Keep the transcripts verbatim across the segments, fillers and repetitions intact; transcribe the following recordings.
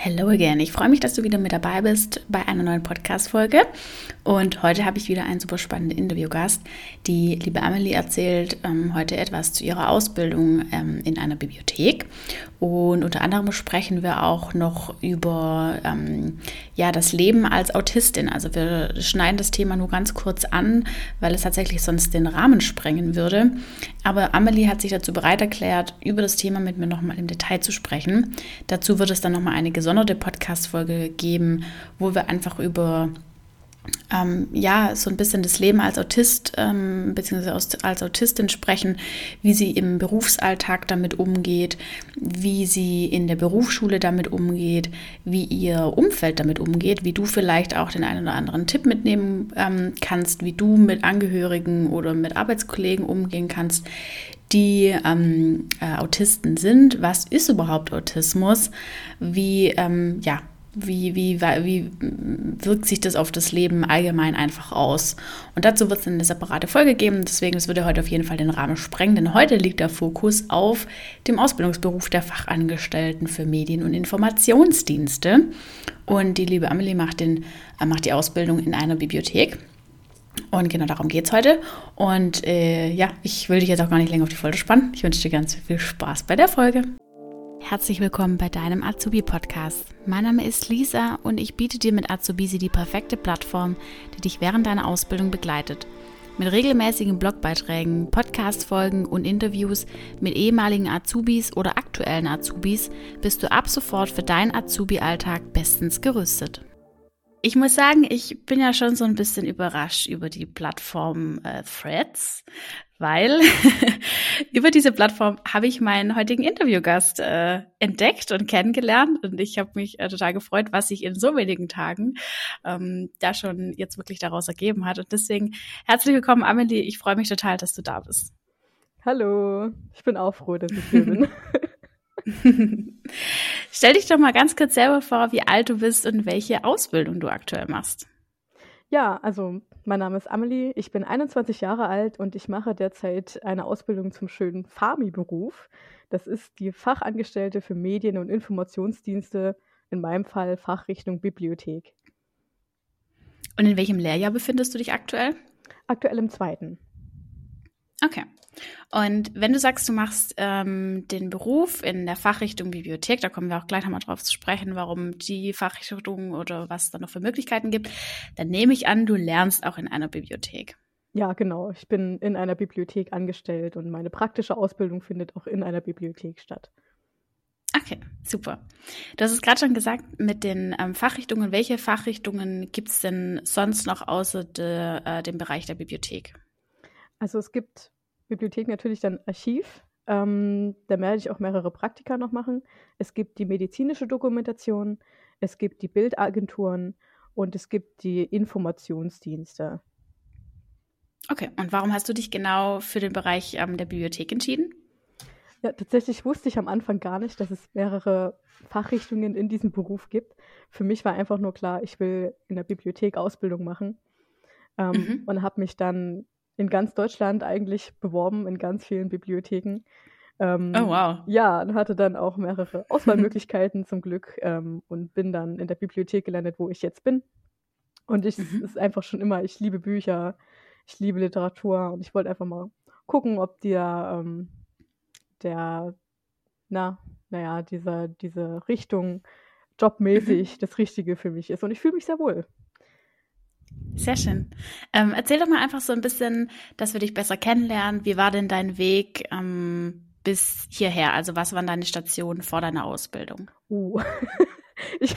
Hello again. Ich freue mich, dass du wieder mit dabei bist bei einer neuen Podcast-Folge. Und heute habe ich wieder einen super spannenden Interviewgast. Die liebe Amelie erzählt ähm, heute etwas zu ihrer Ausbildung ähm, in einer Bibliothek. Und unter anderem sprechen wir auch noch über ähm, ja, das Leben als Autistin. Also wir schneiden das Thema nur ganz kurz an, weil es tatsächlich sonst den Rahmen sprengen würde. Aber Amelie hat sich dazu bereit erklärt, über das Thema mit mir nochmal im Detail zu sprechen. Dazu wird es dann nochmal eine gesonderte Podcast-Folge geben, wo wir einfach über ähm, ja, so ein bisschen das Leben als Autist ähm, bzw. als Autistin sprechen, wie sie im Berufsalltag damit umgeht, wie sie in der Berufsschule damit umgeht, wie ihr Umfeld damit umgeht, wie du vielleicht auch den einen oder anderen Tipp mitnehmen ähm, kannst, wie du mit Angehörigen oder mit Arbeitskollegen umgehen kannst, die ähm, äh, Autisten sind. Was ist überhaupt Autismus? Wie, ähm, ja, wie, wie, wie wirkt sich das auf das Leben allgemein einfach aus? Und dazu wird es eine separate Folge geben, deswegen das würde heute auf jeden Fall den Rahmen sprengen, denn heute liegt der Fokus auf dem Ausbildungsberuf der Fachangestellten für Medien- und Informationsdienste. Und die liebe Amelie macht, den, äh, macht die Ausbildung in einer Bibliothek. Und genau darum geht es heute. Und äh, ja, ich will dich jetzt auch gar nicht länger auf die Folter spannen. Ich wünsche dir ganz viel Spaß bei der Folge. Herzlich willkommen bei deinem Azubi-Podcast. Mein Name ist Lisa und ich biete dir mit Azubisi die perfekte Plattform, die dich während deiner Ausbildung begleitet. Mit regelmäßigen Blogbeiträgen, Podcast-Folgen und Interviews mit ehemaligen Azubis oder aktuellen Azubis bist du ab sofort für deinen Azubi-Alltag bestens gerüstet. Ich muss sagen, ich bin ja schon so ein bisschen überrascht über die Plattform äh, Threads, weil über diese Plattform habe ich meinen heutigen Interviewgast äh, entdeckt und kennengelernt und ich habe mich äh, total gefreut, was sich in so wenigen Tagen ähm, da schon jetzt wirklich daraus ergeben hat. Und deswegen herzlich willkommen, Amelie. Ich freue mich total, dass du da bist. Hallo, ich bin auch froh, dass ich hier bin. Stell dich doch mal ganz kurz selber vor, wie alt du bist und welche Ausbildung du aktuell machst. Ja, also mein Name ist Amelie, ich bin einundzwanzig Jahre alt und ich mache derzeit eine Ausbildung zum schönen Fami-Beruf. Das ist die Fachangestellte für Medien- und Informationsdienste, in meinem Fall Fachrichtung Bibliothek. Und in welchem Lehrjahr befindest du dich aktuell? Aktuell im zweiten. Okay. Und wenn du sagst, du machst ähm, den Beruf in der Fachrichtung Bibliothek, da kommen wir auch gleich nochmal drauf zu sprechen, warum die Fachrichtung oder was es da noch für Möglichkeiten gibt, dann nehme ich an, du lernst auch in einer Bibliothek. Ja, genau. Ich bin in einer Bibliothek angestellt und meine praktische Ausbildung findet auch in einer Bibliothek statt. Okay, super. Du hast es gerade schon gesagt mit den ähm, Fachrichtungen. Welche Fachrichtungen gibt es denn sonst noch außer de, äh, dem Bereich der Bibliothek? Also es gibt Bibliothek natürlich dann Archiv. Ähm, da werde ich auch mehrere Praktika noch machen. Es gibt die medizinische Dokumentation, es gibt die Bildagenturen und es gibt die Informationsdienste. Okay, und warum hast du dich genau für den Bereich ähm, der Bibliothek entschieden? Ja, tatsächlich wusste ich am Anfang gar nicht, dass es mehrere Fachrichtungen in diesem Beruf gibt. Für mich war einfach nur klar, ich will in der Bibliothek Ausbildung machen ähm, mhm. und habe mich dann in ganz Deutschland eigentlich beworben, in ganz vielen Bibliotheken. Ähm, oh, wow. Ja, und hatte dann auch mehrere Auswahlmöglichkeiten zum Glück ähm, und bin dann in der Bibliothek gelandet, wo ich jetzt bin. Und ich, mhm. es ist einfach schon immer, ich liebe Bücher, ich liebe Literatur und ich wollte einfach mal gucken, ob der, ähm, der, na, naja, diese, diese Richtung jobmäßig mhm. das Richtige für mich ist. Und ich fühle mich sehr wohl. Sehr schön. Ähm, erzähl doch mal einfach so ein bisschen, dass wir dich besser kennenlernen. Wie war denn dein Weg ähm, bis hierher? Also was waren deine Stationen vor deiner Ausbildung? Uh. ich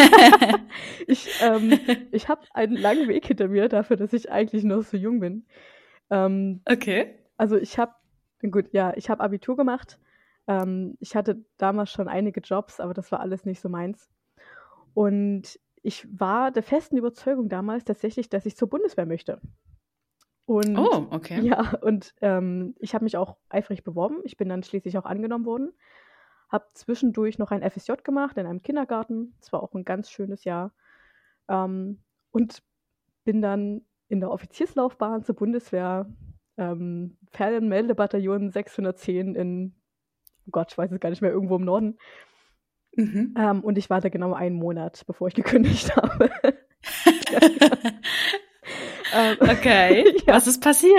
ich, ähm, ich habe einen langen Weg hinter mir dafür, dass ich eigentlich noch so jung bin. Ähm, okay. Also ich habe, gut, ja, ich habe Abitur gemacht. Ähm, ich hatte damals schon einige Jobs, aber das war alles nicht so meins. Und ich war der festen Überzeugung damals tatsächlich, dass ich zur Bundeswehr möchte. Und, oh, okay. Ja, und ähm, ich habe mich auch eifrig beworben. Ich bin dann schließlich auch angenommen worden. Habe zwischendurch noch ein F S J gemacht in einem Kindergarten. Das war auch ein ganz schönes Jahr. Ähm, und bin dann in der Offizierslaufbahn zur Bundeswehr ähm, Fernmeldebataillon sechshundertzehn in, oh Gott, ich weiß es gar nicht mehr, irgendwo im Norden. Mhm. Ähm, und ich war da genau einen Monat, bevor ich gekündigt habe. ähm, Okay, ja. was ist passiert?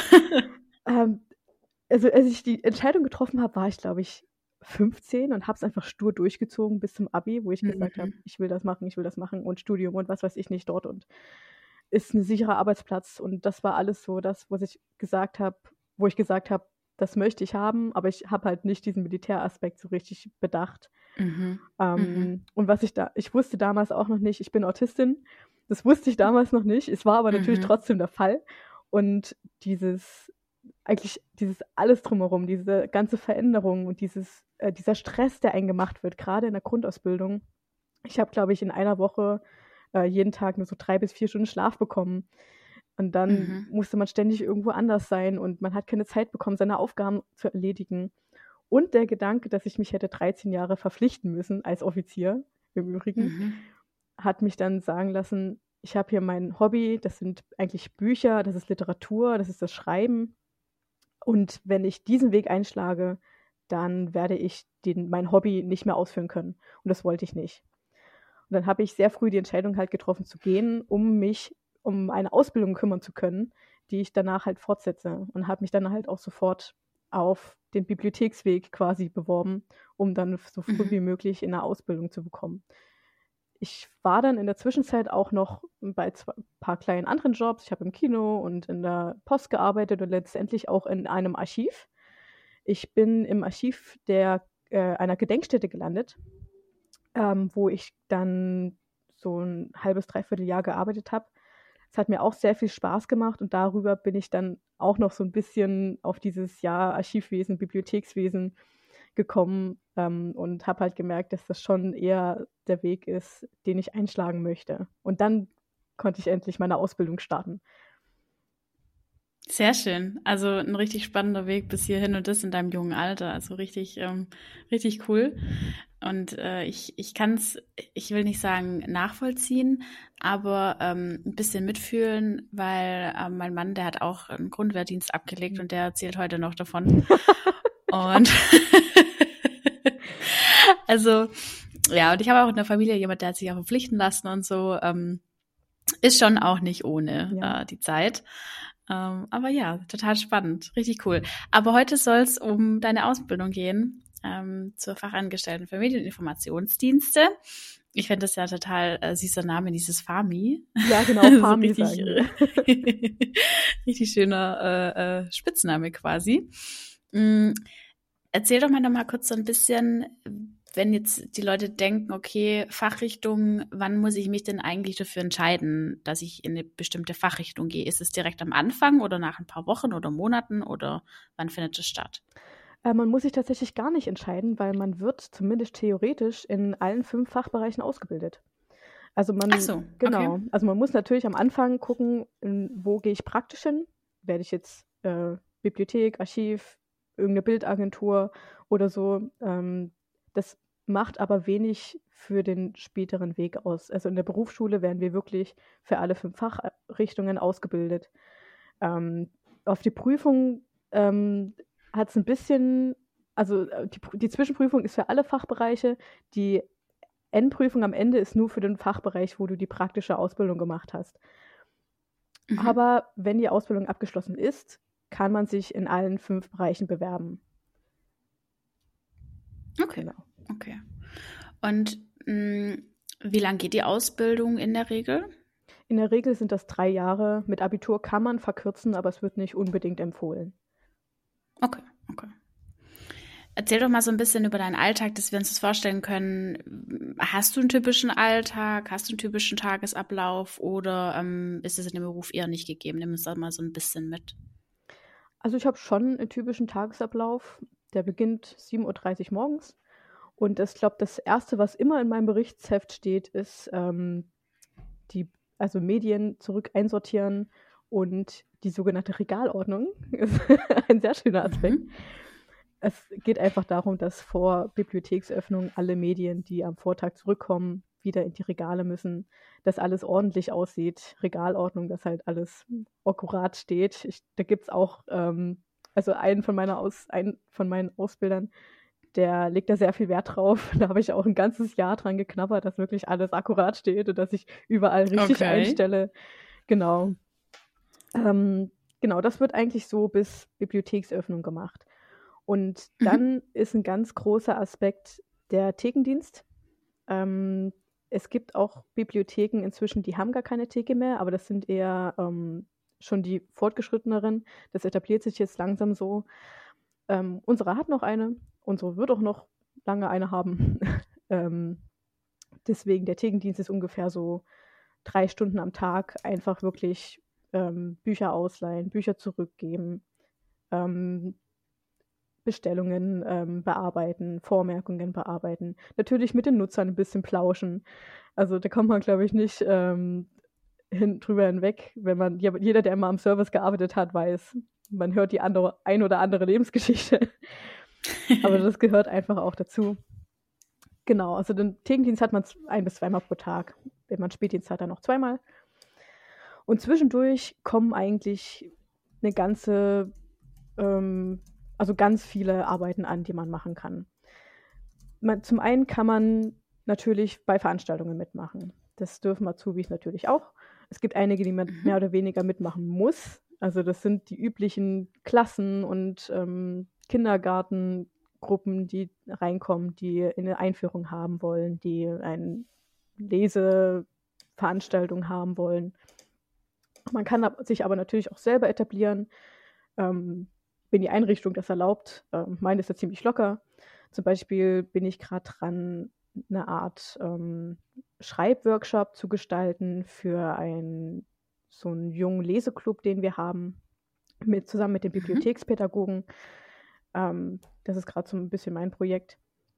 ähm, also als ich die Entscheidung getroffen habe, war ich, glaube ich, fünfzehn und habe es einfach stur durchgezogen bis zum Abi, wo ich gesagt habe, Mhm. ich will das machen, ich will das machen und Studium und was weiß ich nicht dort und ist ein sicherer Arbeitsplatz. Und das war alles so das, was ich gesagt habe, wo ich gesagt habe, das möchte ich haben, aber ich habe halt nicht diesen Militäraspekt so richtig bedacht. Mhm. Mhm. Ähm, und was ich da, ich wusste damals auch noch nicht, ich bin Autistin. Das wusste ich damals noch nicht. Es war aber natürlich Mhm. trotzdem der Fall. Und dieses, eigentlich dieses alles drumherum, diese ganze Veränderung und dieses, äh, dieser Stress, der einem gemacht wird, gerade in der Grundausbildung. Ich habe, glaube ich, in einer Woche äh, jeden Tag nur so drei bis vier Stunden Schlaf bekommen. Und dann Mhm. musste man ständig irgendwo anders sein und man hat keine Zeit bekommen, seine Aufgaben zu erledigen. Und der Gedanke, dass ich mich hätte dreizehn Jahre verpflichten müssen als Offizier, im Übrigen, Mhm. hat mich dann sagen lassen, ich habe hier mein Hobby, das sind eigentlich Bücher, das ist Literatur, das ist das Schreiben. Und wenn ich diesen Weg einschlage, dann werde ich den, mein Hobby nicht mehr ausführen können. Und das wollte ich nicht. Und dann habe ich sehr früh die Entscheidung halt getroffen zu gehen, um mich um eine Ausbildung kümmern zu können, die ich danach halt fortsetze. Und habe mich dann halt auch sofort auf den Bibliotheksweg quasi beworben, um dann so früh Mhm. wie möglich in eine Ausbildung zu bekommen. Ich war dann in der Zwischenzeit auch noch bei zwei, ein paar kleinen anderen Jobs. Ich habe im Kino und in der Post gearbeitet und letztendlich auch in einem Archiv. Ich bin im Archiv der, äh, einer Gedenkstätte gelandet, ähm, wo ich dann so ein halbes, dreiviertel Jahr gearbeitet habe. Es hat mir auch sehr viel Spaß gemacht und darüber bin ich dann auch noch so ein bisschen auf dieses Jahr Archivwesen, Bibliothekswesen gekommen ähm, und habe halt gemerkt, dass das schon eher der Weg ist, den ich einschlagen möchte. Und dann konnte ich endlich meine Ausbildung starten. Sehr schön. Also ein richtig spannender Weg bis hierhin und das in deinem jungen Alter. Also richtig, ähm, richtig cool. Und äh, ich, ich kann es, ich will nicht sagen nachvollziehen, aber ähm, ein bisschen mitfühlen, weil äh, mein Mann, der hat auch einen Grundwehrdienst abgelegt und der erzählt heute noch davon. Und also, ja, und ich habe auch in der Familie jemand, der hat sich auch verpflichten lassen und so. Ähm, ist schon auch nicht ohne Ja. äh, die Zeit. Ähm, aber ja, total spannend, richtig cool. Aber heute soll es um deine Ausbildung gehen ähm, zur Fachangestellten für Medieninformationsdienste. Ich finde das ja total äh, süßer Name, dieses Fami. Ja, genau, So Fami richtig, sagen wir. richtig schöner äh, äh, Spitzname quasi. Mm, Erzähl doch mal noch mal kurz so ein bisschen, wenn jetzt die Leute denken, okay, Fachrichtung, wann muss ich mich denn eigentlich dafür entscheiden, dass ich in eine bestimmte Fachrichtung gehe? Ist es direkt am Anfang oder nach ein paar Wochen oder Monaten oder wann findet es statt? Äh, man muss sich tatsächlich gar nicht entscheiden, weil man wird zumindest theoretisch in allen fünf Fachbereichen ausgebildet. Also Ach man, so, okay. genau, also man muss natürlich am Anfang gucken, in, wo gehe ich praktisch hin? Werde ich jetzt äh, Bibliothek, Archiv, irgendeine Bildagentur oder so. Ähm, das macht aber wenig für den späteren Weg aus. Also in der Berufsschule werden wir wirklich für alle fünf Fachrichtungen ausgebildet. Ähm, auf die Prüfung ähm, hat es ein bisschen, also äh, die, die Zwischenprüfung ist für alle Fachbereiche, die Endprüfung am Ende ist nur für den Fachbereich, wo du die praktische Ausbildung gemacht hast. Mhm. Aber wenn die Ausbildung abgeschlossen ist, kann man sich in allen fünf Bereichen bewerben. Okay, Genau. okay. Und mh, wie lang geht die Ausbildung in der Regel? In der Regel sind das drei Jahre. Mit Abitur kann man verkürzen, aber es wird nicht unbedingt empfohlen. Okay, okay. Erzähl doch mal so ein bisschen über deinen Alltag, dass wir uns das vorstellen können. Hast du einen typischen Alltag? Hast du einen typischen Tagesablauf? Oder ähm, ist es in dem Beruf eher nicht gegeben? Nimm uns da mal so ein bisschen mit. Also ich habe schon einen typischen Tagesablauf. Der beginnt sieben Uhr dreißig morgens. Und ich glaube, das Erste, was immer in meinem Berichtsheft steht, ist ähm, die, also Medien zurück einsortieren und die sogenannte Regalordnung. Ist ein sehr schöner Aspekt. Mhm. Es geht einfach darum, dass vor Bibliotheksöffnung alle Medien, die am Vortag zurückkommen, wieder in die Regale müssen, dass alles ordentlich aussieht. Regalordnung, dass halt alles akkurat steht. Ich, da gibt es auch, ähm, also einen von, meiner Aus, einen von meinen Ausbildern, der legt da sehr viel Wert drauf. Da habe ich auch ein ganzes Jahr dran geknabbert, dass wirklich alles akkurat steht und dass ich überall richtig Okay. einstelle. Genau. Ähm, genau, das wird eigentlich so bis Bibliotheksöffnung gemacht. Und Mhm. dann ist ein ganz großer Aspekt der Thekendienst. Ähm, es gibt auch Bibliotheken inzwischen, die haben gar keine Theke mehr, aber das sind eher ähm, schon die fortgeschritteneren. Das etabliert sich jetzt langsam so. Ähm, unsere hat noch eine, unsere wird auch noch lange eine haben. ähm, deswegen, der Thekendienst ist ungefähr so drei Stunden am Tag, einfach wirklich ähm, Bücher ausleihen, Bücher zurückgeben, ähm, Bestellungen ähm, bearbeiten, Vormerkungen bearbeiten. Natürlich mit den Nutzern ein bisschen plauschen. Also da kommt man, glaube ich, nicht ähm, hin, drüber hinweg, wenn man, jeder, der immer am Service gearbeitet hat, weiß, man hört die andere, ein oder andere Lebensgeschichte. Aber das gehört einfach auch dazu. Genau, also den Thekendienst hat man ein bis zweimal pro Tag. Wenn man Spätdienst hat, dann noch zweimal. Und zwischendurch kommen eigentlich eine ganze, ähm, also ganz viele Arbeiten an, die man machen kann. Man, zum einen kann man natürlich bei Veranstaltungen mitmachen. Das dürfen Azubis natürlich auch. Es gibt einige, die man Mhm. mehr oder weniger mitmachen muss. Also das sind die üblichen Klassen und ähm, Kindergartengruppen, die reinkommen, die eine Einführung haben wollen, die eine Leseveranstaltung haben wollen. Man kann sich aber natürlich auch selber etablieren, ähm, wenn die Einrichtung das erlaubt. Ähm, meine ist ja ziemlich locker. Zum Beispiel bin ich gerade dran, eine Art ähm, Schreibworkshop zu gestalten für ein, so einen jungen Leseclub, den wir haben, mit, zusammen mit den Mhm. Bibliothekspädagogen. Ähm, das ist gerade so ein bisschen mein Projekt.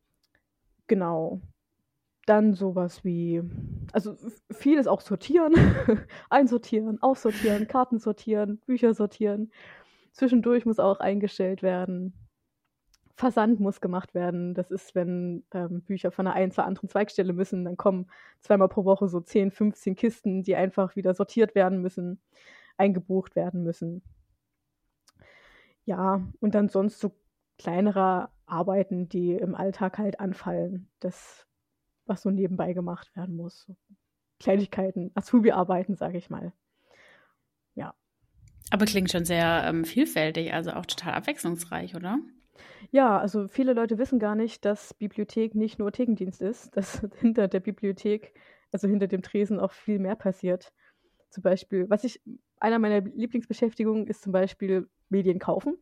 Genau. Dann sowas wie, also vieles auch sortieren, einsortieren, aussortieren, Karten sortieren, Bücher sortieren. Zwischendurch muss auch eingestellt werden. Versand muss gemacht werden. Das ist, wenn ähm, Bücher von der einen zur anderen Zweigstelle müssen, dann kommen zweimal pro Woche so zehn, fünfzehn Kisten, die einfach wieder sortiert werden müssen, eingebucht werden müssen. Ja, und dann sonst so kleinere Arbeiten, die im Alltag halt anfallen. Das, was so nebenbei gemacht werden muss. So Kleinigkeiten, Azubi-Arbeiten, sage ich mal. Ja. Aber klingt schon sehr ähm, vielfältig, also auch total abwechslungsreich, oder? Ja, also viele Leute wissen gar nicht, dass Bibliothek nicht nur Thekendienst ist, dass hinter der Bibliothek, also hinter dem Tresen auch viel mehr passiert. Zum Beispiel, was ich, einer meiner Lieblingsbeschäftigungen ist zum Beispiel Medien kaufen.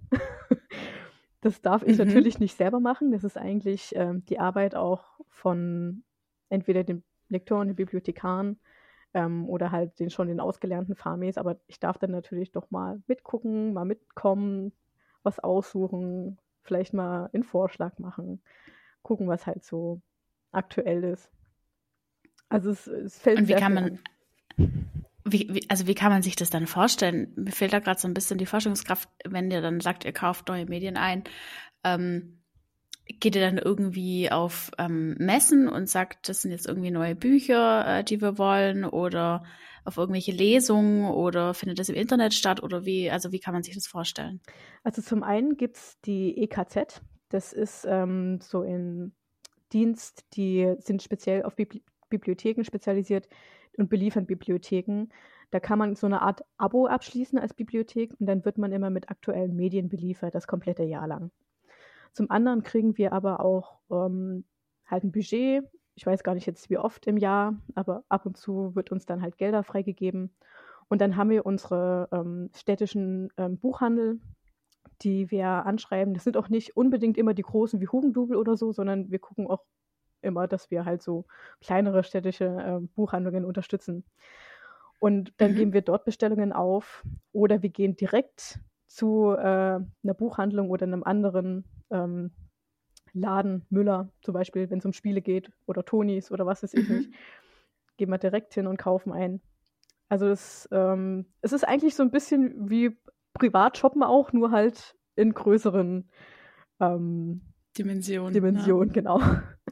Das darf ich Mhm. natürlich nicht selber machen. Das ist eigentlich ähm, die Arbeit auch von entweder den Lektoren, den Bibliothekaren ähm, oder halt den schon den ausgelernten Farmes. Aber ich darf dann natürlich doch mal mitgucken, mal mitkommen, was aussuchen, vielleicht mal einen Vorschlag machen, gucken, was halt so aktuell ist. Also es, es fällt Und wie sehr kann viel man, an. wie, wie, also wie kann man sich das dann vorstellen? Mir fehlt da gerade so ein bisschen die Vorstellungskraft, wenn ihr dann sagt, ihr kauft neue Medien ein. Ähm, geht ihr dann irgendwie auf ähm, Messen und sagt, das sind jetzt irgendwie neue Bücher, äh, die wir wollen, oder auf irgendwelche Lesungen, oder findet das im Internet statt, oder wie, also wie kann man sich das vorstellen? Also zum einen gibt es die E K Z. Das ist ähm, so ein Dienst, die sind speziell auf Bibli- Bibliotheken spezialisiert und beliefern Bibliotheken. Da kann man so eine Art Abo abschließen als Bibliothek und dann wird man immer mit aktuellen Medien beliefert, das komplette Jahr lang. Zum anderen kriegen wir aber auch ähm, halt ein Budget. Ich weiß gar nicht jetzt wie oft im Jahr, aber ab und zu wird uns dann halt Gelder freigegeben. Und dann haben wir unsere ähm, städtischen ähm, Buchhandel, die wir anschreiben. Das sind auch nicht unbedingt immer die großen wie Hugendubel oder so, sondern wir gucken auch immer, dass wir halt so kleinere städtische äh, Buchhandlungen unterstützen. Und dann Mhm. geben wir dort Bestellungen auf oder wir gehen direkt zu äh, einer Buchhandlung oder einem anderen ähm, Laden, Müller zum Beispiel, wenn es um Spiele geht oder Tonis oder was weiß ich Mhm. nicht, gehen wir direkt hin und kaufen ein. Also das, ähm, es ist eigentlich so ein bisschen wie privat shoppen auch, nur halt in größeren ähm, Dimension. Dimensionen, Ja. genau.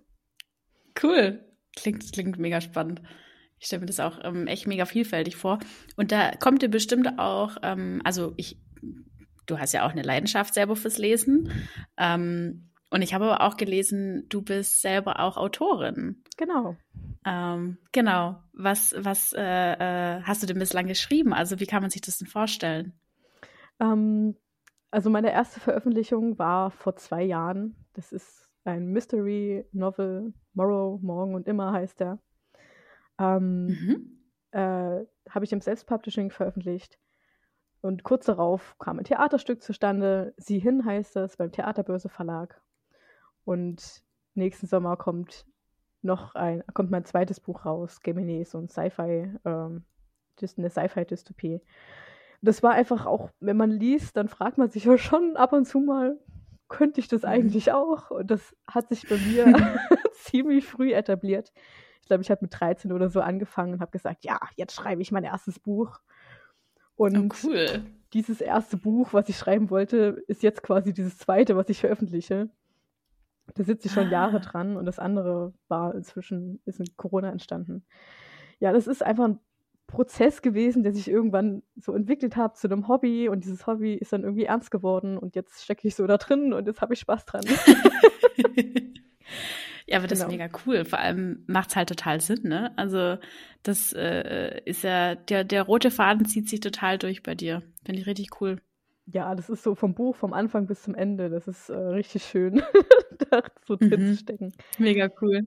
Cool. Klingt, klingt mega spannend. Ich stelle mir das auch ähm, echt mega vielfältig vor. Und da kommt dir bestimmt auch, ähm, also ich, du hast ja auch eine Leidenschaft selber fürs Lesen. Ähm, Und ich habe aber auch gelesen, du bist selber auch Autorin. Genau. Ähm, genau. Was, was äh, äh, hast du denn bislang geschrieben? Also wie kann man sich das denn vorstellen? Ähm, also meine erste Veröffentlichung war vor zwei Jahren. Das ist ein Mystery Novel, Morrow, Morgen und Immer heißt der. Ähm, Mhm. äh, habe ich im Self-Publishing veröffentlicht. Und kurz darauf kam ein Theaterstück zustande. Sie hin heißt das, beim Theaterbörse Verlag. Und nächsten Sommer kommt noch ein, kommt mein zweites Buch raus, Gemini, so ein Sci-Fi, ähm, eine Sci-Fi-Dystopie. Das war einfach auch, wenn man liest, dann fragt man sich ja schon ab und zu mal, könnte ich das Mhm. eigentlich auch? Und das hat sich bei mir ziemlich früh etabliert. Ich glaube, ich habe mit dreizehn oder so angefangen und habe gesagt, ja, jetzt schreibe ich mein erstes Buch. Und oh, cool. dieses erste Buch, was ich schreiben wollte, ist jetzt quasi dieses zweite, was ich veröffentliche. Da sitze ich schon ah. Jahre dran und das andere war inzwischen, ist in Corona entstanden. Ja, das ist einfach ein Prozess gewesen, der sich irgendwann so entwickelt hat zu einem Hobby und dieses Hobby ist dann irgendwie ernst geworden und jetzt stecke ich so da drin und jetzt habe ich Spaß dran. Ja, aber das genau. ist mega cool. Vor allem macht es halt total Sinn, ne? Also das äh, ist ja, der, der rote Faden zieht sich total durch bei dir. Finde ich richtig cool. Ja, das ist so vom Buch, vom Anfang bis zum Ende. Das ist äh, richtig schön, da so drin mhm. zu stecken. Mega cool.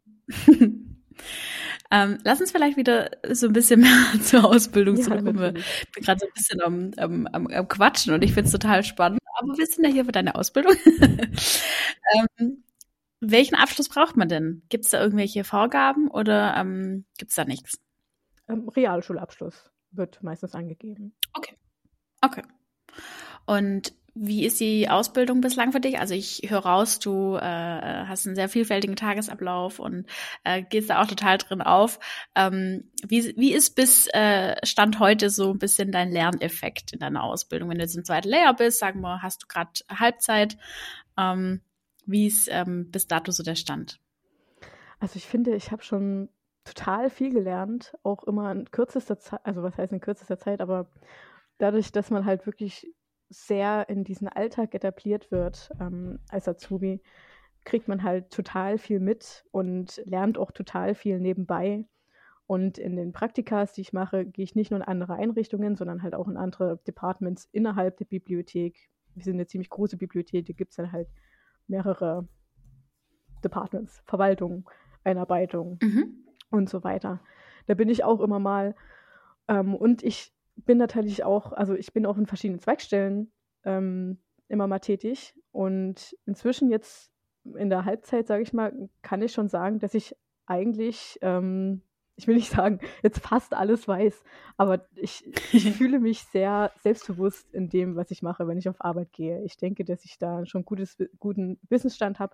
ähm, lass uns vielleicht wieder so ein bisschen mehr zur Ausbildung ja, zurückkommen. Ich bin gerade so ein bisschen am, am, am, am Quatschen und ich finde es total spannend. Aber wir sind ja hier für deine Ausbildung. ähm, welchen Abschluss braucht man denn? Gibt es da irgendwelche Vorgaben oder ähm, gibt es da nichts? Ähm, Realschulabschluss wird meistens angegeben. Okay. Okay. Und wie ist die Ausbildung bislang für dich? Also ich höre raus, du äh, hast einen sehr vielfältigen Tagesablauf und äh, gehst da auch total drin auf. Ähm, wie, wie ist bis äh, Stand heute so ein bisschen dein Lerneffekt in deiner Ausbildung? Wenn du jetzt im zweiten Lehrjahr bist, sagen wir, hast du gerade Halbzeit. Ähm, wie ist ähm, bis dato so der Stand? Also ich finde, ich habe schon total viel gelernt, auch immer in kürzester Zeit, also was heißt in kürzester Zeit, aber dadurch, dass man halt wirklich sehr in diesen Alltag etabliert wird ähm, als Azubi, kriegt man halt total viel mit und lernt auch total viel nebenbei. Und in den Praktikas, die ich mache, gehe ich nicht nur in andere Einrichtungen, sondern halt auch in andere Departments innerhalb der Bibliothek. Wir sind eine ziemlich große Bibliothek, da gibt es dann halt mehrere Departments, Verwaltung, Einarbeitung mhm. und so weiter. Da bin ich auch immer mal. Ähm, und ich bin natürlich auch, also ich bin auch in verschiedenen Zweigstellen ähm, immer mal tätig. Und inzwischen jetzt in der Halbzeit, sage ich mal, kann ich schon sagen, dass ich eigentlich, ähm, ich will nicht sagen, jetzt fast alles weiß, aber ich, ich fühle mich sehr selbstbewusst in dem, was ich mache, wenn ich auf Arbeit gehe. Ich denke, dass ich da schon gutes, guten Wissensstand habe.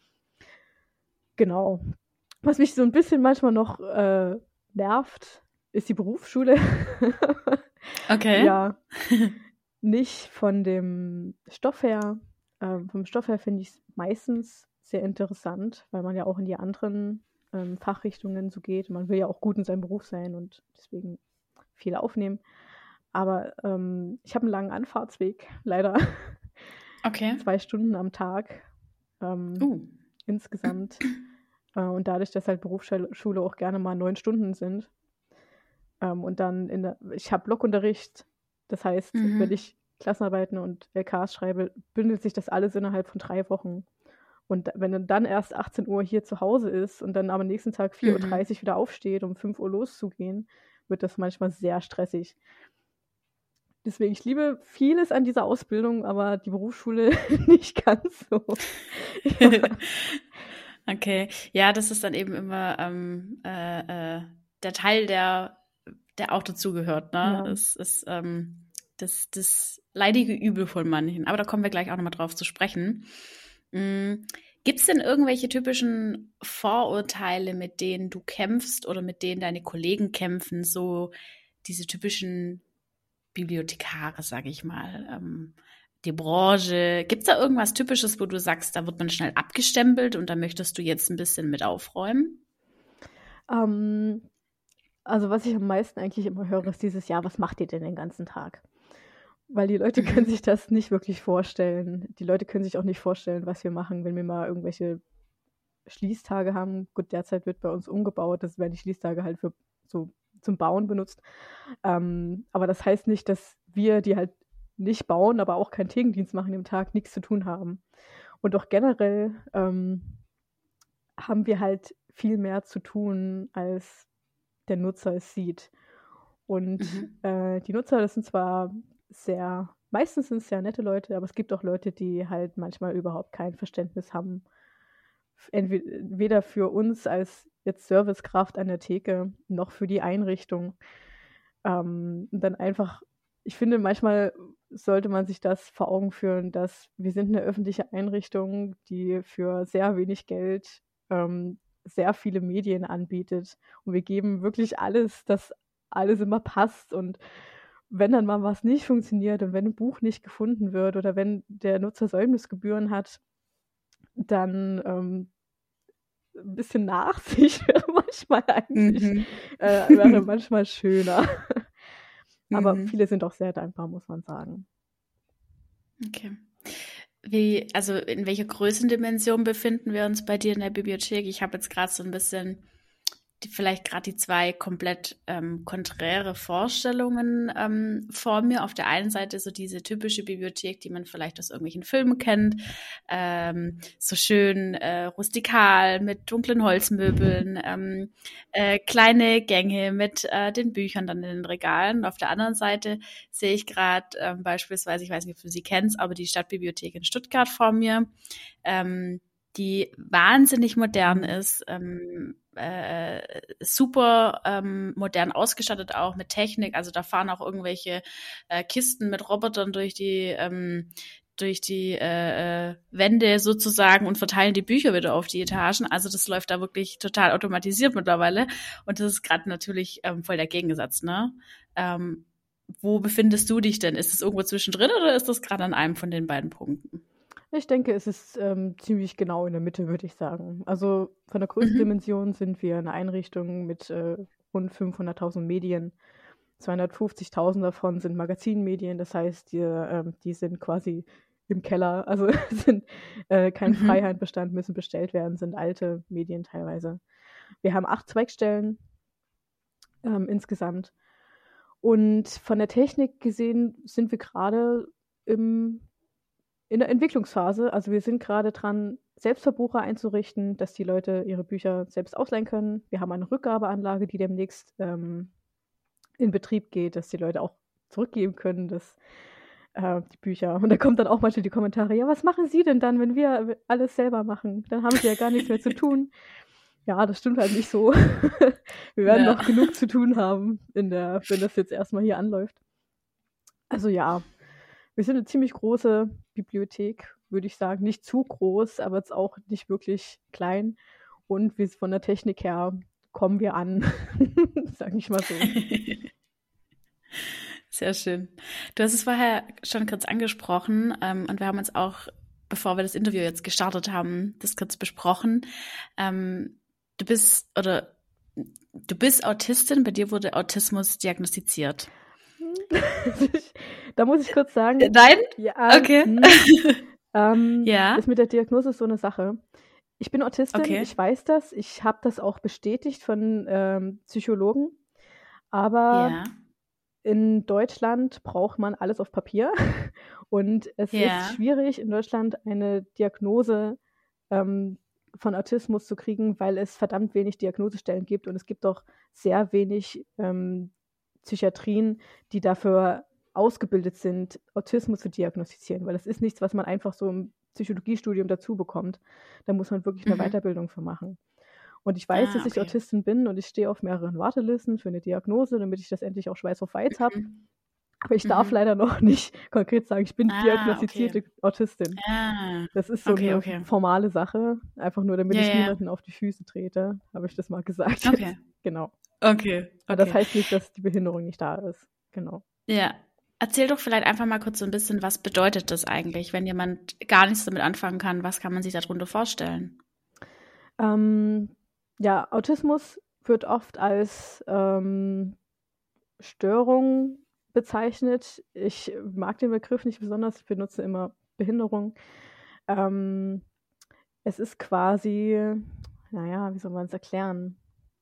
Genau. Was mich so ein bisschen manchmal noch äh, nervt, ist die Berufsschule. Okay. Ja, nicht von dem Stoff her. Ähm, vom Stoff her finde ich es meistens sehr interessant, weil man ja auch in die anderen ähm, Fachrichtungen so geht. Man will ja auch gut in seinem Beruf sein und deswegen viel aufnehmen. Aber ähm, ich habe einen langen Anfahrtsweg, leider. Okay. Zwei Stunden am Tag ähm, uh. insgesamt. Äh, und dadurch, dass halt Berufsschule auch gerne mal neun Stunden sind, Ähm, und dann in der, ich habe Blockunterricht, das heißt, mhm. wenn ich Klassenarbeiten und L Ks schreibe, bündelt sich das alles innerhalb von drei Wochen. Und wenn dann erst achtzehn Uhr hier zu Hause ist und dann am nächsten Tag vier Uhr dreißig mhm. wieder aufsteht, um fünf Uhr loszugehen, wird das manchmal sehr stressig. Deswegen, ich liebe vieles an dieser Ausbildung, aber die Berufsschule nicht ganz so. Okay, ja, das ist dann eben immer ähm, äh, äh, der Teil, der der auch dazugehört, ne? Ja. Das ist ähm, das, das leidige Übel von manchen. Aber da kommen wir gleich auch nochmal drauf zu sprechen. Mhm. Gibt es denn irgendwelche typischen Vorurteile, mit denen du kämpfst oder mit denen deine Kollegen kämpfen? So diese typischen Bibliothekare, sage ich mal, ähm, die Branche. Gibt es da irgendwas Typisches, wo du sagst, da wird man schnell abgestempelt und da möchtest du jetzt ein bisschen mit aufräumen? Ähm, also was ich am meisten eigentlich immer höre, ist dieses Jahr, was macht ihr denn den ganzen Tag? weil die Leute können Mhm. sich das nicht wirklich vorstellen. Die Leute können sich auch nicht vorstellen, was wir machen, wenn wir mal irgendwelche Schließtage haben. Gut, derzeit wird bei uns umgebaut, das werden die Schließtage halt für so zum Bauen benutzt. Ähm, aber das heißt nicht, dass wir, die halt nicht bauen, aber auch keinen Thekendienst machen im Tag, nichts zu tun haben. Und auch generell ähm, haben wir halt viel mehr zu tun, als der Nutzer es sieht. Und Mhm. äh, die Nutzer, das sind zwar sehr, meistens sind es sehr nette Leute, aber es gibt auch Leute, die halt manchmal überhaupt kein Verständnis haben, entweder weder für uns als jetzt Servicekraft an der Theke noch für die Einrichtung. Ähm, und dann einfach, ich finde, manchmal sollte man sich das vor Augen führen, dass wir sind eine öffentliche Einrichtung, die für sehr wenig Geld ähm, sehr viele Medien anbietet. Und wir geben wirklich alles, dass alles immer passt. Und wenn dann mal was nicht funktioniert und wenn ein Buch nicht gefunden wird oder wenn der Nutzer Säumnisgebühren hat, dann ähm, ein bisschen Nachsicht wäre manchmal eigentlich, Mhm. äh, wäre manchmal schöner. Aber Mhm. viele sind auch sehr dankbar, muss man sagen. Okay. Wie, also in welcher Größendimension befinden wir uns bei dir in der Bibliothek? Ich habe jetzt gerade so ein bisschen die, vielleicht gerade die zwei komplett ähm, konträre Vorstellungen ähm, vor mir. Auf der einen Seite so diese typische Bibliothek, die man vielleicht aus irgendwelchen Filmen kennt, ähm, so schön äh, rustikal mit dunklen Holzmöbeln, ähm, äh, kleine Gänge mit äh, den Büchern dann in den Regalen. Und auf der anderen Seite sehe ich gerade ähm, beispielsweise, ich weiß nicht, ob du sie kennst, aber die Stadtbibliothek in Stuttgart vor mir, ähm, die wahnsinnig modern ist, ähm, äh, super ähm, modern ausgestattet auch mit Technik. Also da fahren auch irgendwelche äh, Kisten mit Robotern durch die ähm, durch die äh, äh, Wände sozusagen und verteilen die Bücher wieder auf die Etagen. Also das läuft da wirklich total automatisiert mittlerweile. Und das ist gerade natürlich ähm, voll der Gegensatz, ne? Ähm, wo befindest du dich denn? Ist es irgendwo zwischendrin oder ist das gerade an einem von den beiden Punkten? Ich denke, es ist ähm, ziemlich genau in der Mitte, würde ich sagen. Also von der Mhm. Größendimension sind wir eine Einrichtung mit äh, rund fünfhunderttausend Medien. zweihundertfünfzigtausend davon sind Magazinmedien, das heißt, die, ähm, die sind quasi im Keller, also sind äh, kein Mhm. Freihandbestand, müssen bestellt werden, sind alte Medien teilweise. Wir haben acht Zweigstellen ähm, insgesamt. Und von der Technik gesehen sind wir gerade im in der Entwicklungsphase. Also wir sind gerade dran, Selbstverbucher einzurichten, dass die Leute ihre Bücher selbst ausleihen können. Wir haben eine Rückgabeanlage, die demnächst ähm, in Betrieb geht, dass die Leute auch zurückgeben können, dass äh, die Bücher. Und da kommt dann auch manchmal die Kommentare, ja, was machen Sie denn dann, wenn wir alles selber machen? Dann haben Sie ja gar nichts mehr zu tun. Ja, das stimmt halt nicht so. Wir werden Ja. noch genug zu tun haben, in der, wenn das jetzt erstmal hier anläuft. Also ja, wir sind eine ziemlich große Bibliothek, würde ich sagen. Nicht zu groß, aber jetzt auch nicht wirklich klein. Und wir, von der Technik her kommen wir an, sage ich mal so. Sehr schön. Du hast es vorher schon kurz angesprochen, ähm, und wir haben uns auch, bevor wir das Interview jetzt gestartet haben, das kurz besprochen. Ähm, du bist oder du bist Autistin, bei dir wurde Autismus diagnostiziert. Da muss ich kurz Äh, sagen, Nein? ja, Okay. hm, ähm, Ja, das mit der Diagnose ist so eine Sache. Ich bin Autistin, okay. ich weiß das, ich habe das auch bestätigt von ähm, Psychologen, aber Ja, in Deutschland braucht man alles auf Papier und es ist ja. schwierig, in Deutschland eine Diagnose ähm, von Autismus zu kriegen, weil es verdammt wenig Diagnosestellen gibt und es gibt auch sehr wenig ähm, Psychiatrien, die dafür ausgebildet sind, Autismus zu diagnostizieren, weil das ist nichts, was man einfach so im Psychologiestudium dazu bekommt. Da muss man wirklich eine Mhm. Weiterbildung für machen. Und ich weiß, Ah, dass ich okay. Autistin bin und ich stehe auf mehreren Wartelisten für eine Diagnose, damit ich das endlich auch schwarz auf weiß habe. Mhm. Aber ich darf Mhm. leider noch nicht konkret sagen, ich bin Ah, okay. diagnostizierte Autistin. Ah, Das ist so okay, eine okay. formale Sache, einfach nur, damit Ja, ich ja. niemanden auf die Füße trete, habe ich das mal gesagt Okay. jetzt. Genau. Okay, Aber das okay. heißt nicht, dass die Behinderung nicht da ist. Genau. Ja. Erzähl doch vielleicht einfach mal kurz so ein bisschen, was bedeutet das eigentlich, wenn jemand gar nichts damit anfangen kann? Was kann man sich darunter vorstellen? Ähm, ja, Autismus wird oft als ähm, Störung bezeichnet. Ich mag den Begriff nicht besonders, ich benutze immer Behinderung. Ähm, es ist quasi, naja, wie soll man es erklären?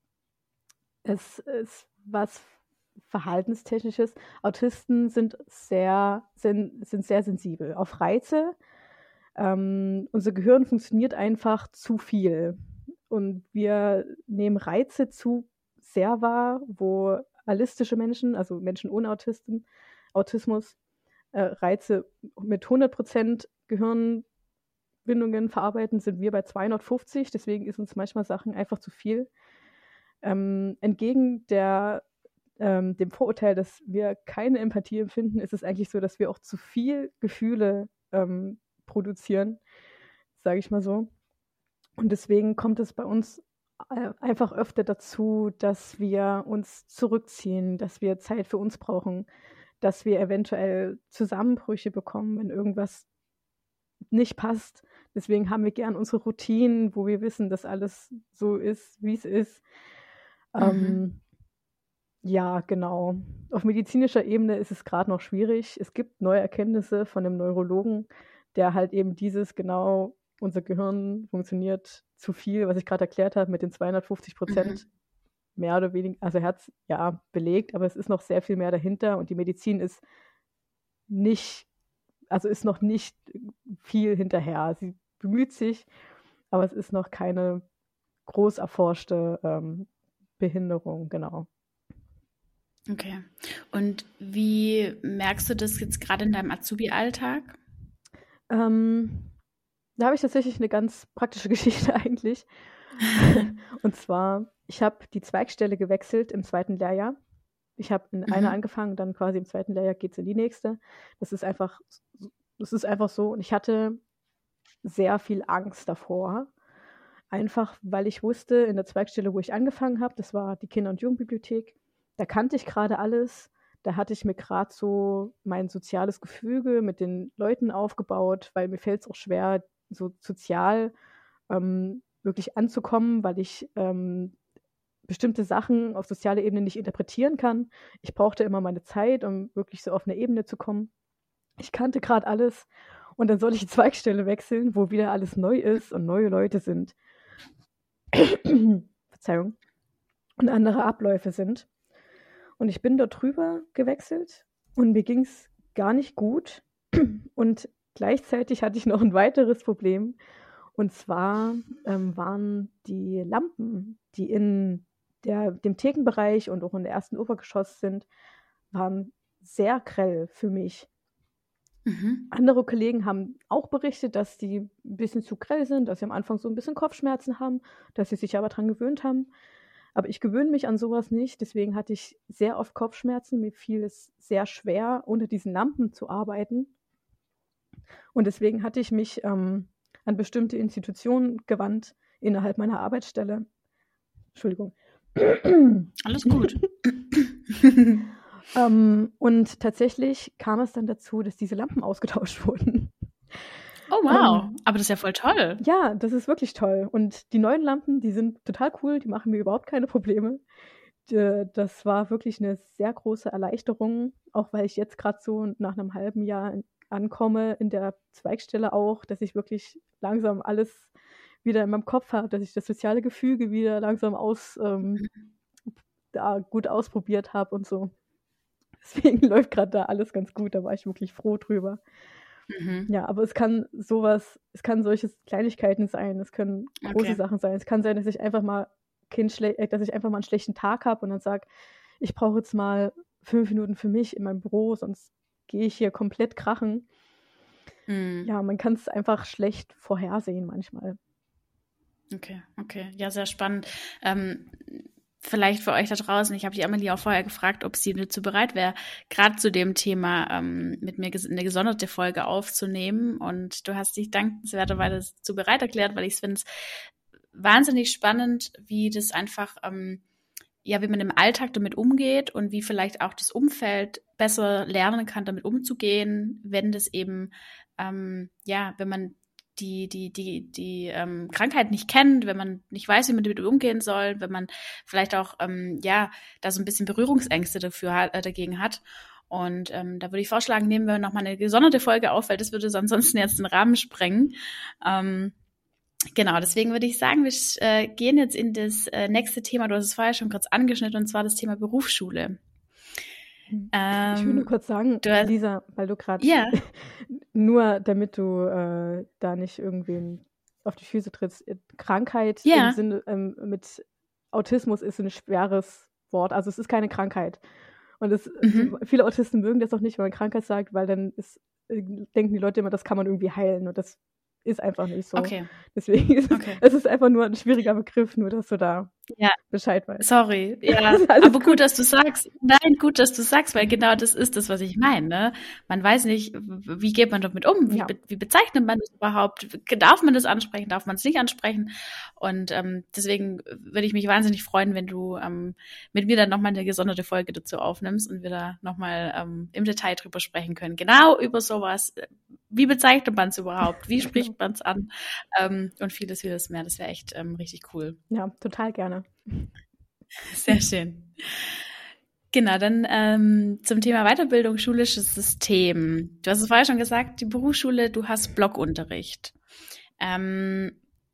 Es ist was Verhaltenstechnisches. Autisten sind sehr, sind, sind sehr sensibel auf Reize. Ähm, unser Gehirn funktioniert einfach zu viel. Und wir nehmen Reize zu sehr wahr, wo allistische Menschen, also Menschen ohne Autisten, Autismus, äh, Reize mit hundert Prozent Gehirnbindungen verarbeiten, sind wir bei zweihundertfünfzig. Deswegen ist uns manchmal Sachen einfach zu viel. Ähm, entgegen der, ähm, dem Vorurteil, dass wir keine Empathie empfinden, ist es eigentlich so, dass wir auch zu viel Gefühle ähm, produzieren, sage ich mal so. Und deswegen kommt es bei uns äh, einfach öfter dazu, dass wir uns zurückziehen, dass wir Zeit für uns brauchen, dass wir eventuell Zusammenbrüche bekommen, wenn irgendwas nicht passt. Deswegen haben wir gern unsere Routinen, wo wir wissen, dass alles so ist, wie es ist. Mhm. Ähm, ja, genau. Auf medizinischer Ebene ist es gerade noch schwierig. Es gibt neue Erkenntnisse von einem Neurologen, der halt eben dieses genau, unser Gehirn funktioniert zu viel, was ich gerade erklärt habe, mit den zweihundertfünfzig Prozent mhm. mehr oder weniger, also er hat es ja belegt, aber es ist noch sehr viel mehr dahinter und die Medizin ist nicht, also ist noch nicht viel hinterher. Sie bemüht sich, aber es ist noch keine groß erforschte ähm, Behinderung, genau. Okay. Und wie merkst du das jetzt gerade in deinem Azubi-Alltag? Ähm, da habe ich tatsächlich eine ganz praktische Geschichte eigentlich. Und zwar, ich habe die Zweigstelle gewechselt im zweiten Lehrjahr. Ich habe in mhm. einer angefangen, dann quasi im zweiten Lehrjahr geht es in die nächste. Das ist einfach, das ist einfach so. Und ich hatte sehr viel Angst davor. Einfach, weil ich wusste, in der Zweigstelle, wo ich angefangen habe, das war die Kinder- und Jugendbibliothek, da kannte ich gerade alles. Da hatte ich mir gerade so mein soziales Gefüge mit den Leuten aufgebaut, weil mir fällt es auch schwer, so sozial ähm, wirklich anzukommen, weil ich ähm, bestimmte Sachen auf sozialer Ebene nicht interpretieren kann. Ich brauchte immer meine Zeit, um wirklich so auf eine Ebene zu kommen. Ich kannte gerade alles und dann soll ich die Zweigstelle wechseln, wo wieder alles neu ist und neue Leute sind. Verzeihung. Und andere Abläufe sind. Und ich bin dort drüber gewechselt und mir ging es gar nicht gut. Und gleichzeitig hatte ich noch ein weiteres Problem. Und zwar ähm, waren die Lampen, die in der, dem Thekenbereich und auch in der ersten Obergeschoss sind, waren sehr grell für mich. Mhm. Andere Kollegen haben auch berichtet, dass die ein bisschen zu grell sind, dass sie am Anfang so ein bisschen Kopfschmerzen haben, dass sie sich aber daran gewöhnt haben. Aber ich gewöhne mich an sowas nicht, deswegen hatte ich sehr oft Kopfschmerzen. Mir fiel es sehr schwer, unter diesen Lampen zu arbeiten. Und deswegen hatte ich mich ähm, an bestimmte Institutionen gewandt innerhalb meiner Arbeitsstelle. Entschuldigung. Alles gut. ähm, und tatsächlich kam es dann dazu, dass diese Lampen ausgetauscht wurden. Oh wow, ähm, aber das ist ja voll toll. Ja, das ist wirklich toll. Und die neuen Lampen, die sind total cool, die machen mir überhaupt keine Probleme. Das war wirklich eine sehr große Erleichterung, auch weil ich jetzt gerade so nach einem halben Jahr ankomme, in der Zweigstelle auch, dass ich wirklich langsam alles wieder in meinem Kopf habe, dass ich das soziale Gefüge wieder langsam aus, ähm, da gut ausprobiert habe und so. Deswegen läuft gerade da alles ganz gut, da war ich wirklich froh drüber. Mhm. Ja, aber es kann sowas, es kann solche Kleinigkeiten sein, es können große okay. Sachen sein. Es kann sein, dass ich einfach mal kein schle- dass ich einfach mal einen schlechten Tag habe und dann sage, ich brauche jetzt mal fünf Minuten für mich in meinem Büro, sonst gehe ich hier komplett krachen. Mhm. Ja, man kann es einfach schlecht vorhersehen manchmal. Okay, okay. Ja, sehr spannend. Ähm, Vielleicht für euch da draußen, ich habe die Amelie auch vorher gefragt, ob sie dazu bereit wäre, gerade zu dem Thema ähm, mit mir ges- eine gesonderte Folge aufzunehmen. Und du hast dich dankenswerterweise dazu bereit erklärt, weil ich finde es wahnsinnig spannend, wie das einfach, ähm, ja, wie man im Alltag damit umgeht und wie vielleicht auch das Umfeld besser lernen kann, damit umzugehen, wenn das eben, ähm, ja, wenn man die, die, die, die ähm, Krankheit nicht kennt, wenn man nicht weiß, wie man damit umgehen soll, wenn man vielleicht auch, ähm, ja, da so ein bisschen Berührungsängste dafür hat, äh, dagegen hat. Und ähm, da würde ich vorschlagen, nehmen wir nochmal eine gesonderte Folge auf, weil das würde ansonsten jetzt den Rahmen sprengen. Ähm, genau, deswegen würde ich sagen, wir äh, gehen jetzt in das äh, nächste Thema. Du hast es vorher schon kurz angeschnitten, und zwar das Thema Berufsschule. Ich will nur Ähm, kurz sagen, du hast, Lisa, weil du gerade, ja, nur damit du äh, da nicht irgendwen auf die Füße trittst, äh, Krankheit im ja, Sinne ähm, mit Autismus ist ein schweres Wort. Also es ist keine Krankheit. Und es, die, mhm. viele Autisten mögen das auch nicht, wenn man Krankheit sagt, weil dann ist, äh, denken die Leute immer, das kann man irgendwie heilen. Und das ist einfach nicht so. Okay, Deswegen ist es, okay. es ist einfach nur ein schwieriger Begriff, nur dass du da Ja, Bescheid weißt. sorry, ja, Alles aber gut. gut, dass du sagst. Nein, gut, dass du sagst, weil genau das ist das, was ich meine. Ne? Man weiß nicht, w- wie geht man damit um? Wie, Ja. be wie bezeichnet man das überhaupt? Darf man das ansprechen? Darf man es nicht ansprechen? Und ähm, deswegen würde ich mich wahnsinnig freuen, wenn du ähm, mit mir dann nochmal eine gesonderte Folge dazu aufnimmst und wir da nochmal ähm, im Detail drüber sprechen können. Genau über sowas. Wie bezeichnet man es überhaupt? Wie spricht man es an? Ähm, und vieles, vieles mehr. Das wäre echt ähm, richtig cool. Ja, total gerne. Sehr schön. Genau, dann ähm, zum Thema Weiterbildung, schulisches System. Du hast es vorher schon gesagt, die Berufsschule, du hast Blockunterricht. Ähm,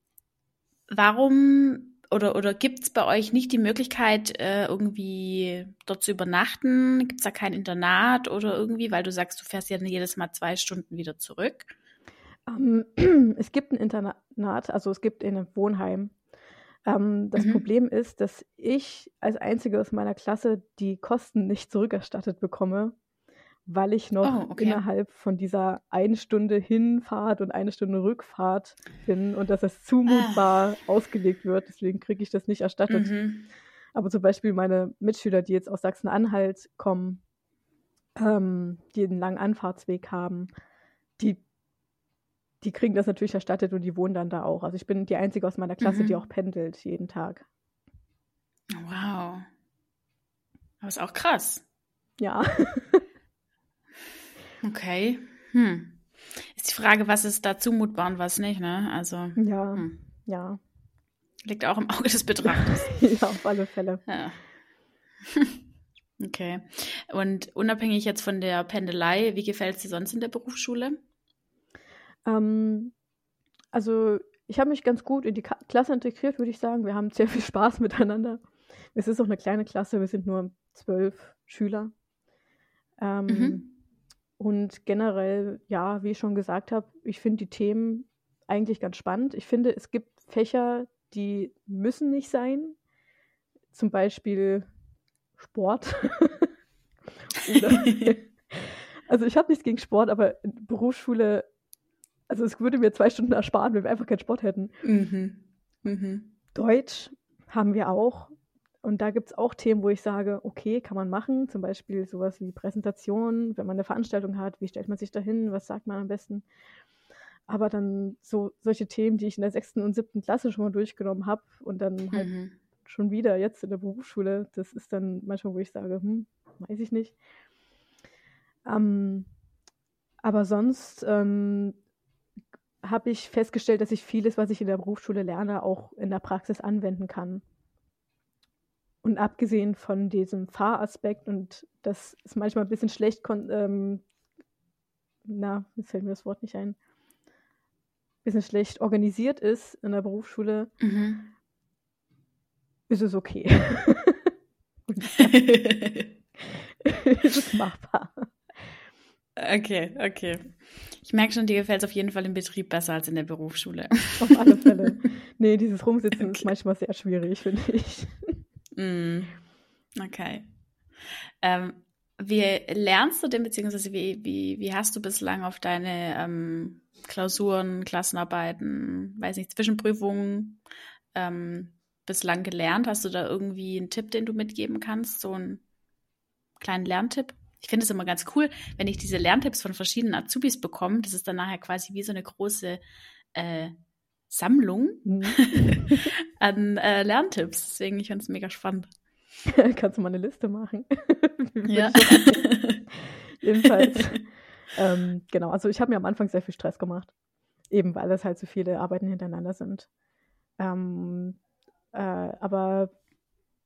warum oder, oder gibt es bei euch nicht die Möglichkeit, äh, irgendwie dort zu übernachten? Gibt es da kein Internat oder irgendwie, weil du sagst, du fährst ja jedes Mal zwei Stunden wieder zurück? Ähm, es gibt ein Internat, also es gibt ein Wohnheim. Ähm, das Mhm. Problem ist, dass ich als Einzige aus meiner Klasse die Kosten nicht zurückerstattet bekomme, weil ich noch Oh, okay. innerhalb von dieser eine Stunde Hinfahrt und eine Stunde Rückfahrt bin und dass das zumutbar ausgelegt wird. Deswegen kriege ich das nicht erstattet. Mhm. Aber zum Beispiel meine Mitschüler, die jetzt aus Sachsen-Anhalt kommen, ähm, die einen langen Anfahrtsweg haben, die, die kriegen das natürlich erstattet und die wohnen dann da auch. Also ich bin die Einzige aus meiner Klasse, die Mhm. auch pendelt jeden Tag. Wow. Aber ist auch krass. Ja. Okay. Hm. Ist die Frage, was ist da zumutbar und was nicht, ne? Also, Ja, hm. ja. Liegt auch im Auge des Betrachters. Ja, auf alle Fälle. Ja. Okay. Und unabhängig jetzt von der Pendelei, wie gefällt es dir sonst in der Berufsschule? Ähm, also ich habe mich ganz gut in die Ka Klasse integriert, würde ich sagen. Wir haben sehr viel Spaß miteinander. Es ist auch eine kleine Klasse, wir sind nur zwölf Schüler. Ähm, Mhm. Und generell, ja, wie ich schon gesagt habe, ich finde die Themen eigentlich ganz spannend. Ich finde, es gibt Fächer, die müssen nicht sein. Zum Beispiel Sport. Oder also ich habe nichts gegen Sport, aber in Berufsschule, also es würde mir zwei Stunden ersparen, wenn wir einfach keinen Sport hätten. Mhm. Mhm. Deutsch haben wir auch. Und da gibt es auch Themen, wo ich sage, okay, kann man machen. Zum Beispiel sowas wie Präsentation, wenn man eine Veranstaltung hat, wie stellt man sich da hin, was sagt man am besten. Aber dann so solche Themen, die ich in der sechsten und siebten Klasse schon mal durchgenommen habe und dann halt Mhm. schon wieder jetzt in der Berufsschule, das ist dann manchmal, wo ich sage, hm, weiß ich nicht. Ähm, aber sonst ähm, habe ich festgestellt, dass ich vieles, was ich in der Berufsschule lerne, auch in der Praxis anwenden kann. Und abgesehen von diesem Fahraspekt, und das ist manchmal ein bisschen schlecht, kon- ähm, na, jetzt fällt mir das Wort nicht ein, ein bisschen schlecht organisiert ist in der Berufsschule, Mhm. ist es okay. Ist es machbar. Okay, okay. Ich merke schon, dir gefällt es auf jeden Fall im Betrieb besser als in der Berufsschule. Auf alle Fälle. Nee, dieses Rumsitzen Okay. ist manchmal sehr schwierig, finde ich. Mm. Okay. Ähm, wie lernst du denn, beziehungsweise wie, wie, wie hast du bislang auf deine ähm, Klausuren, Klassenarbeiten, weiß nicht, Zwischenprüfungen ähm, bislang gelernt? Hast du da irgendwie einen Tipp, den du mitgeben kannst? So einen kleinen Lerntipp? Ich finde es immer ganz cool, wenn ich diese Lerntipps von verschiedenen Azubis bekomme. Das ist dann nachher quasi wie so eine große äh, Sammlung Mhm. an äh, Lerntipps. Deswegen, ich finde es mega spannend. Kannst du mal eine Liste machen? Würde Ja. ich auch annehmen. Jedenfalls, ähm, genau, also ich habe mir am Anfang sehr viel Stress gemacht, eben weil es halt so viele Arbeiten hintereinander sind. Ähm, äh, aber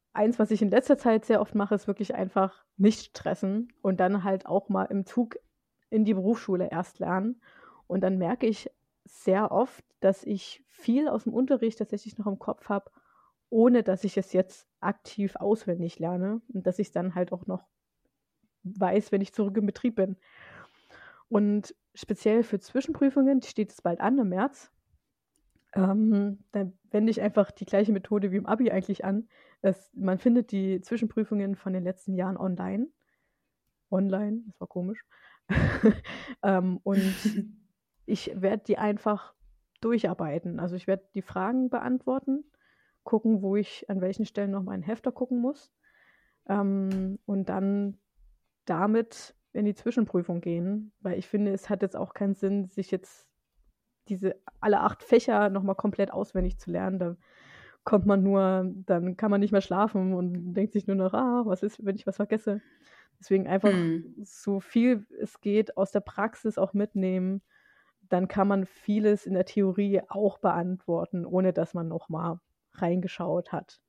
eins, was ich in letzter Zeit sehr oft mache, ist wirklich einfach nicht stressen und dann halt auch mal im Zug in die Berufsschule erst lernen. Und dann merke ich sehr oft, dass ich viel aus dem Unterricht tatsächlich noch im Kopf habe, ohne dass ich es jetzt aktiv auswendig lerne und dass ich es dann halt auch noch weiß, wenn ich zurück im Betrieb bin. Und speziell für Zwischenprüfungen, die steht es bald an im März, ähm, dann wende ich einfach die gleiche Methode wie im Abi eigentlich an. Es, man findet die Zwischenprüfungen von den letzten Jahren online. Online, das war komisch. ähm, und ich werde die einfach durcharbeiten. Also ich werde die Fragen beantworten, gucken, wo ich an welchen Stellen noch mal einen Hefter gucken muss. Ähm, und dann damit in die Zwischenprüfung gehen, weil ich finde, es hat jetzt auch keinen Sinn, sich jetzt diese alle acht Fächer nochmal komplett auswendig zu lernen. Da kommt man nur, dann kann man nicht mehr schlafen und denkt sich nur noch, ah, was ist, wenn ich was vergesse? Deswegen einfach Hm. so viel es geht aus der Praxis auch mitnehmen. Dann kann man vieles in der Theorie auch beantworten, ohne dass man nochmal reingeschaut hat.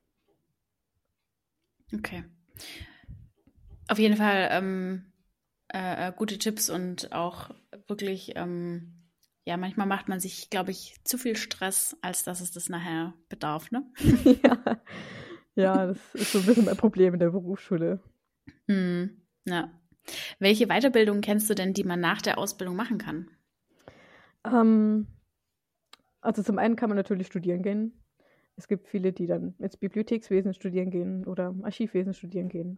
Okay. Auf jeden Fall ähm, äh, gute Tipps und auch wirklich, ähm, ja, manchmal macht man sich, glaube ich, zu viel Stress, als dass es das nachher bedarf, ne? ja. ja, das ist so ein bisschen mein Problem in der Berufsschule. Hm, ja. Welche Weiterbildung kennst du denn, die man nach der Ausbildung machen kann? Ähm, also zum einen kann man natürlich studieren gehen. Es gibt viele, die dann ins Bibliothekswesen studieren gehen oder Archivwesen studieren gehen.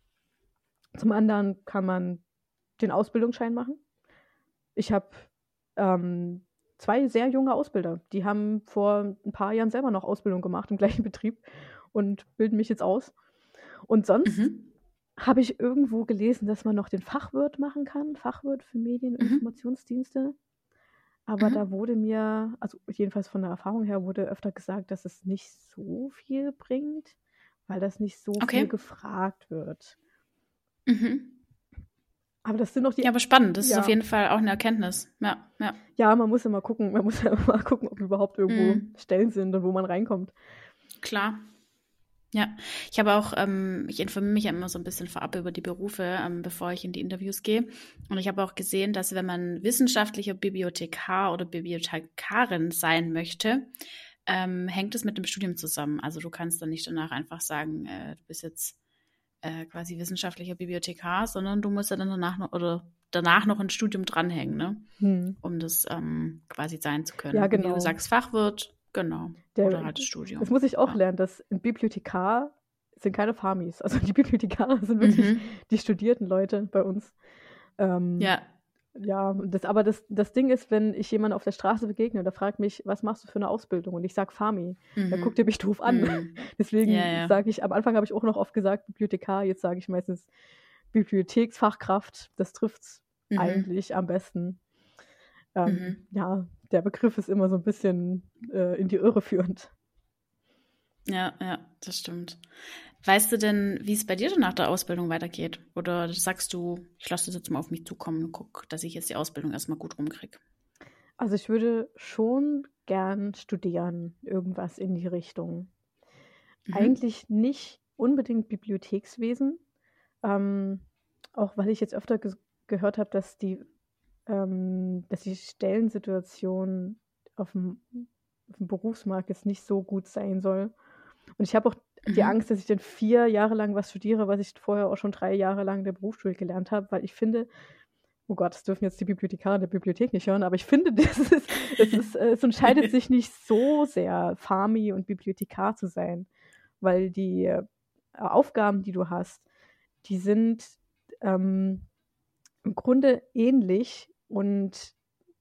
Zum anderen kann man den Ausbildungsschein machen. Ich habe ähm, zwei sehr junge Ausbilder, die haben vor ein paar Jahren selber noch Ausbildung gemacht im gleichen Betrieb und bilden mich jetzt aus. Und sonst Mhm. habe ich irgendwo gelesen, dass man noch den Fachwirt machen kann, Fachwirt für Medien- und Mhm. Informationsdienste. Aber Mhm. da wurde mir, also jedenfalls von der Erfahrung her, wurde öfter gesagt, dass es nicht so viel bringt, weil das nicht so Okay. viel gefragt wird. Mhm. Aber das sind doch die. Ja, aber spannend. Das ist ja. auf jeden Fall auch eine Erkenntnis. Ja, ja. Ja, man muss immer gucken, man muss ja immer gucken, ob überhaupt irgendwo Mhm. Stellen sind und wo man reinkommt. Klar. Ja, ich habe auch, ähm, ich informiere mich ja immer so ein bisschen vorab über die Berufe, ähm, bevor ich in die Interviews gehe. Und ich habe auch gesehen, dass wenn man wissenschaftlicher Bibliothekar oder Bibliothekarin sein möchte, ähm, hängt es mit dem Studium zusammen. Also du kannst dann nicht danach einfach sagen, äh, du bist jetzt äh, quasi wissenschaftlicher Bibliothekar, sondern du musst ja dann danach noch oder danach noch ein Studium dranhängen, ne? Hm. Um das ähm, quasi sein zu können. Ja, Und wie genau. du sagst, Fachwirt, genau. Der, oder halt das Studium. Das muss ich auch Ja. lernen, dass ein Bibliothekar sind keine Farmis. Also die Bibliothekare sind wirklich Mhm. die studierten Leute bei uns. Ähm, Ja. Ja, das, aber das, das Ding ist, wenn ich jemanden auf der Straße begegne, der fragt mich, was machst du für eine Ausbildung? Und ich sage Farmi, Mhm. dann guckt er mich doof an. Mhm. Deswegen Ja, ja. sage ich, am Anfang habe ich auch noch oft gesagt Bibliothekar, jetzt sage ich meistens Bibliotheksfachkraft. Das trifft es Mhm. eigentlich am besten. Ähm, Mhm. Ja, der Begriff ist immer so ein bisschen äh, in die Irre führend. Ja, ja, das stimmt. Weißt du denn, wie es bei dir dann nach der Ausbildung weitergeht? Oder sagst du, ich lasse das jetzt mal auf mich zukommen und gucke, dass ich jetzt die Ausbildung erstmal gut rumkriege? Also ich würde schon gern studieren, irgendwas in die Richtung. Mhm. Eigentlich nicht unbedingt Bibliothekswesen, ähm, auch weil ich jetzt öfter ge- gehört habe, dass die, ähm, dass die Stellensituation auf dem, auf dem Berufsmarkt jetzt nicht so gut sein soll. Und ich habe auch die Mhm. Angst, dass ich dann vier Jahre lang was studiere, was ich vorher auch schon drei Jahre lang in der Berufsschule gelernt habe, weil ich finde, oh Gott, das dürfen jetzt die Bibliothekare der Bibliothek nicht hören, aber ich finde, das ist, das ist, äh, es entscheidet sich nicht so sehr, Farmi und Bibliothekar zu sein, weil die äh, Aufgaben, die du hast, die sind ähm, im Grunde ähnlich und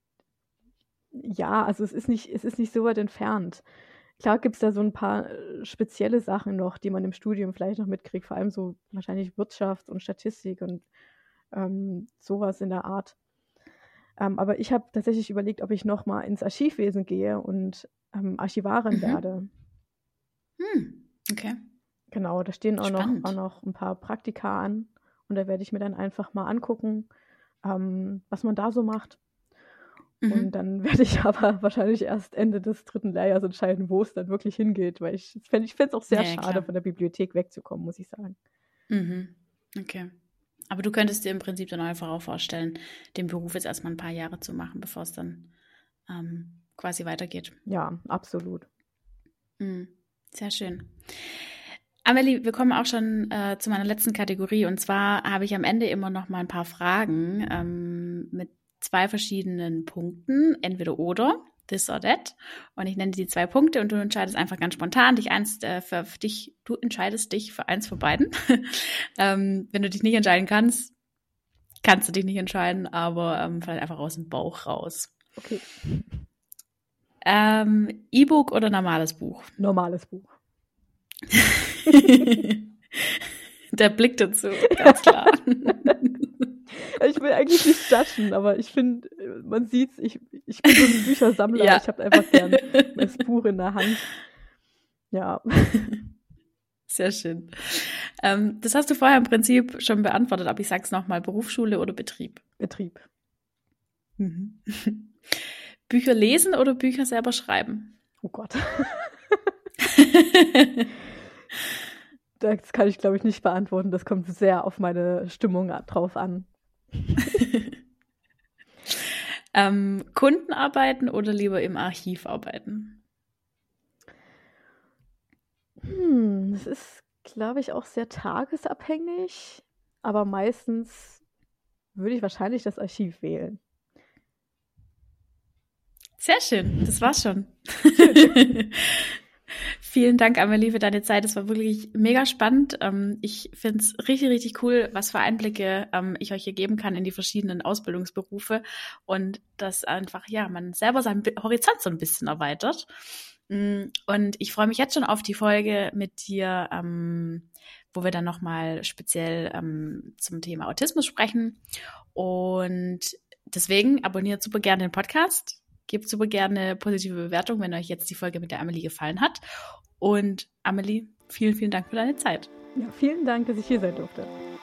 ja, also es ist nicht, es ist nicht so weit entfernt. Klar gibt es da so ein paar äh, spezielle Sachen noch, die man im Studium vielleicht noch mitkriegt, vor allem so wahrscheinlich Wirtschaft und Statistik und ähm, sowas in der Art. Ähm, aber ich habe tatsächlich überlegt, ob ich noch mal ins Archivwesen gehe und ähm, Archivarin Mhm. werde. Hm. Okay. Genau, da stehen auch noch, Spannend. auch noch ein paar Praktika an und da werde ich mir dann einfach mal angucken, ähm, was man da so macht. Mhm. Und dann werde ich aber wahrscheinlich erst Ende des dritten Lehrjahres entscheiden, wo es dann wirklich hingeht, weil ich finde ich es auch sehr ja, schade, klar. von der Bibliothek wegzukommen, muss ich sagen. Mhm. Okay. Aber du könntest dir im Prinzip dann einfach auch vorstellen, den Beruf jetzt erstmal ein paar Jahre zu machen, bevor es dann ähm, quasi weitergeht. Ja, absolut. Mhm. Sehr schön. Amelie, wir kommen auch schon äh, zu meiner letzten Kategorie, und zwar habe ich am Ende immer noch mal ein paar Fragen ähm, mit zwei verschiedenen Punkten, entweder oder, this or that, und ich nenne die zwei Punkte und du entscheidest einfach ganz spontan dich eins äh, für, für dich, du entscheidest dich für eins von beiden. ähm, wenn du dich nicht entscheiden kannst, kannst du dich nicht entscheiden, aber ähm, vielleicht einfach aus dem Bauch raus. Okay. Ähm, E-Book oder normales Buch? Normales Buch. Der Blick dazu, ganz klar. Ich will eigentlich nicht judgen, aber ich finde, man sieht's, ich, ich bin so ein Büchersammler, ja. Ich habe einfach gern das Buch in der Hand. Ja. Sehr schön. Ähm, das hast du vorher im Prinzip schon beantwortet, aber ich sag's nochmal, Berufsschule oder Betrieb? Betrieb. Mhm. Bücher lesen oder Bücher selber schreiben? Oh Gott. Das kann ich, glaube ich, nicht beantworten. Das kommt sehr auf meine Stimmung drauf an. ähm, Kunden arbeiten oder lieber im Archiv arbeiten? Hm, das ist, glaube ich, auch sehr tagesabhängig. Aber meistens würde ich wahrscheinlich das Archiv wählen. Sehr schön, das war's schon. Vielen Dank, Amelie, für deine Zeit. Es war wirklich mega spannend. Ich finde es richtig, richtig cool, was für Einblicke ich euch hier geben kann in die verschiedenen Ausbildungsberufe und dass einfach, ja, man selber seinen Horizont so ein bisschen erweitert. Und ich freue mich jetzt schon auf die Folge mit dir, wo wir dann nochmal speziell zum Thema Autismus sprechen. Und deswegen abonniert super gerne den Podcast. Gebt super gerne eine positive Bewertung, wenn euch jetzt die Folge mit der Amelie gefallen hat. Und Amelie, vielen, vielen Dank für deine Zeit. Ja, vielen Dank, dass ich hier sein durfte.